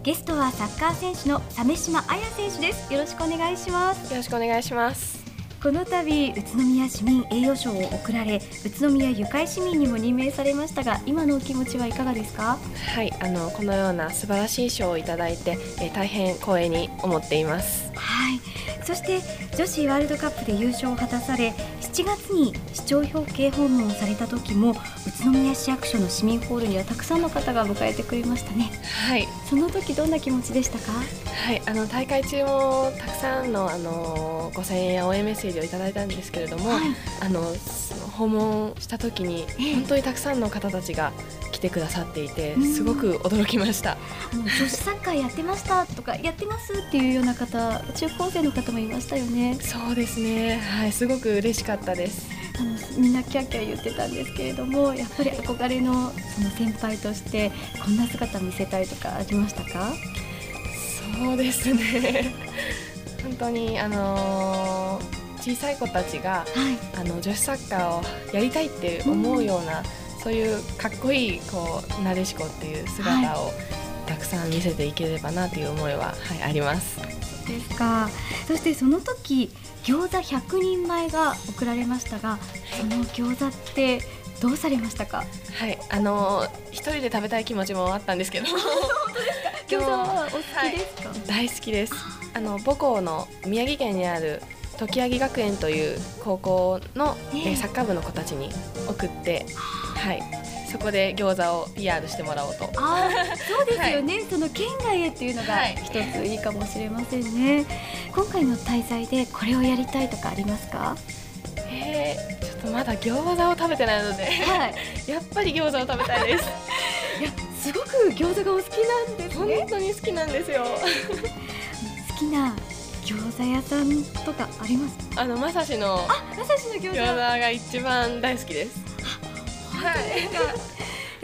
ゲストはサッカー選手の鮫島彩選手です。よろしくお願いします。 よろしくお願いします。 この度宇都宮市民栄誉賞を贈られ、宇都宮ゆかい市民にも任命されましたが、今のお気持ちはいかがですか？ はい、このような素晴らしい賞をいただいて、大変光栄に思っています。 はい、そして女子ワールドカップで優勝を果たされ、7月に市長表敬訪問をされた時も宇都宮市役所の市民ホールにはたくさんの方が迎えてくれましたね。 はい、 その時どんな気持ちでしたか？ はい、大会中もたくさんの、ご声援や応援メッセージをいただいたんですけれども、はい、訪問した時に本当にたくさんの方たちが来てくださっていて、すごく驚きました。 女子サッカーやってましたとかやってますっていうような方、中高生の方もいましたよね。 そうですね、はい、すごく嬉しかったです。 みんなキャッキャ言ってたんですけれども、やっぱり憧れのその先輩としてこんな姿見せたいとかありましたか？ そうですね本当に小さい子たちが、はい、女子サッカーをやりたいって思うような、そういうかっこいいなでしこっていう姿をたくさん見せていければなという思いは、はい、あります。 そうですか。そしてその時餃子100人前が贈られましたが、その餃子ってどうされましたか？ はい、一人で食べたい気持ちもあったんですけど本当ですか？餃子はお好きですか？ はい、大好きです。母校の宮城県にある時柳学園という高校の、サッカー部の子たちに送って、はい、そこで餃子を PR してもらおうと。 そうですよね、はい、その県外へっていうのが一ついいかもしれませんね。今回の滞在でこれをやりたいとかありますか？ ちょっとまだ餃子を食べてないので、はい、やっぱり餃子を食べたいですいや、すごく餃子がお好きなんですね。 本当に好きなんですよ好きな餃子屋さんとかありますか？ まさしの餃子が一番大好きです。 はい、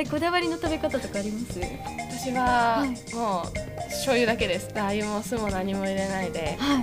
こだわりの食べ方とかあります？ 私は、もう醤油だけです。ラー油も酢も何も入れないで、 はい、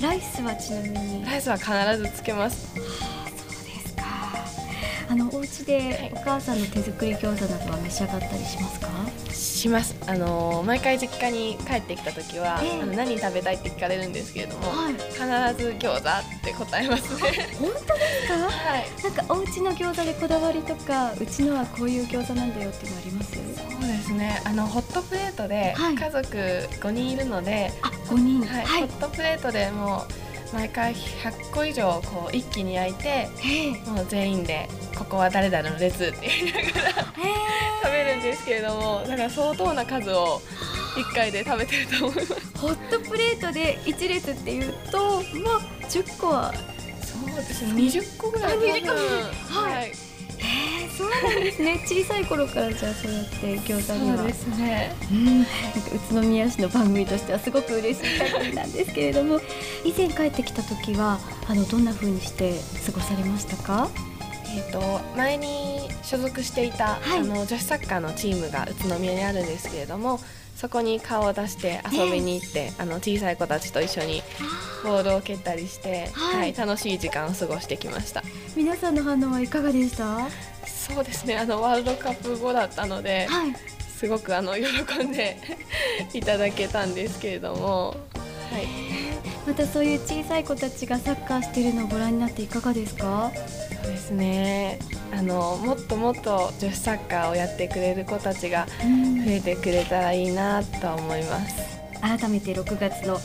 ライスはちなみに？ ライスは必ずつけます。 そうですか。お家でお母さんの手作り餃子などは召し上がったりしますか？ します。毎回実家に帰ってきた時は、何食べたいって聞かれるんですけれども、はい、必ず餃子って答えますね。 本当ですか？ はい、 なんかお家の餃子でこだわりとか、うちのはこういう餃子なんだよっていうのあります？ そうですね、ホットプレートで家族5人いるので、 5人、 はいはい、ホットプレートでもう毎回100個以上一気に焼いて、もう全員でここは誰々の列って言いながら食べるんですけれども、だから相当な数を1回で食べてると思います。 ホットプレートで1列っていうと、10個はそうですね、20個ぐらい。 20個、はい、そうなんですね小さい頃からじゃあそうやって餃子には。 そうですね、 なんか宇都宮市の番組としてはすごく嬉しい限りなんですけれども以前帰ってきた時はどんな風にして過ごされましたか？ 前に所属していた、女子サッカーのチームが宇都宮にあるんですけれども、そこに顔を出して遊びに行って、小さい子たちと一緒にボールを蹴ったりして、はい、楽しい時間を過ごしてきました。 皆さんの反応はいかがでした？ そうですね、ワールドカップ後だったので、はい、すごく喜んでいただけたんですけれども、はい、 またそういう小さい子たちがサッカーしているのをご覧になっていかがですか？ そうですね、もっともっと女子サッカーをやってくれる子たちが増えてくれたらいいなと思います。 改めて6月の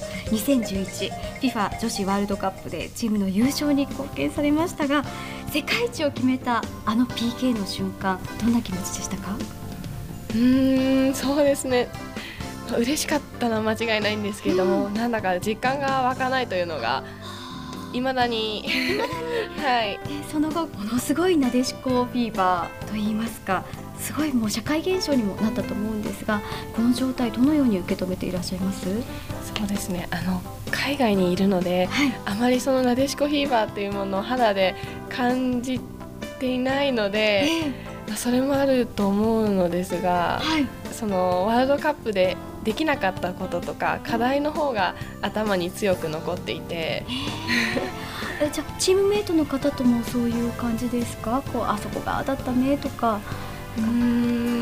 2011FIFA 女子ワールドカップでチームの優勝に貢献されましたが、世界一を決めたPK の瞬間、どんな気持ちでしたか？ そうですね、嬉しかったのは間違いないんですけれども、なんだか実感が湧かないというのが未だにはい、 その後ものすごいなでしこフィーバーといいますか、すごいもう社会現象にもなったと思うんですが、この状態どのように受け止めていらっしゃいます？ そうですね、海外にいるので、あまりそのなでしこフィーバーというものを肌で感じていないので、それもあると思うのですが、そのワールドカップでできなかったこととか課題の方が頭に強く残っていてじゃあチームメイトの方ともそういう感じですか？あそこがだったねとか。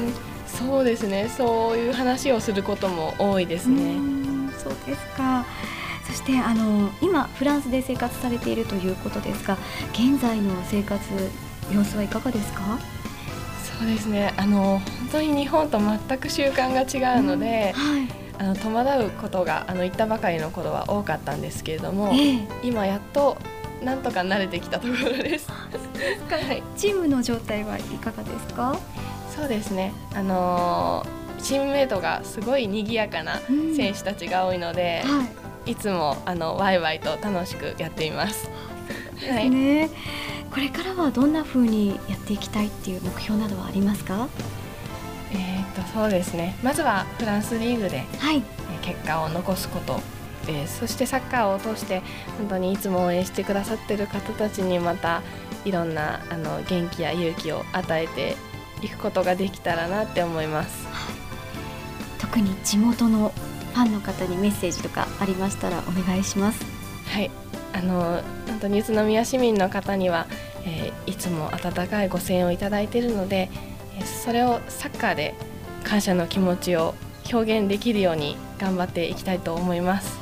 そうですね、そういう話をすることも多いですね。 そうですか。そして今フランスで生活されているということですが、現在の生活様子はいかがですか？ そうですね、本当に日本と全く習慣が違うので、戸惑うことが行ったばかりの頃は多かったんですけれども、今やっとなんとか慣れてきたところです。 はい、チームの状態はいかがですか？ そうですね、チームメートがすごい賑やかな選手たちが多いので、いつもワイワイと楽しくやっています。 そうですね。これからはどんな風にやっていきたいっていう目標などはありますか？ そうですね、まずはフランスリーグで、結果を残すこと、そしてサッカーを通して本当にいつも応援してくださっている方たちにまたいろんな元気や勇気を与えていくことができたらなって思います。 特に地元のファンの方にメッセージとかありましたらお願いします。 はい、本当に宇都宮市民の方には、いつも温かいご声援をいただいているので、それをサッカーで感謝の気持ちを表現できるように頑張っていきたいと思います。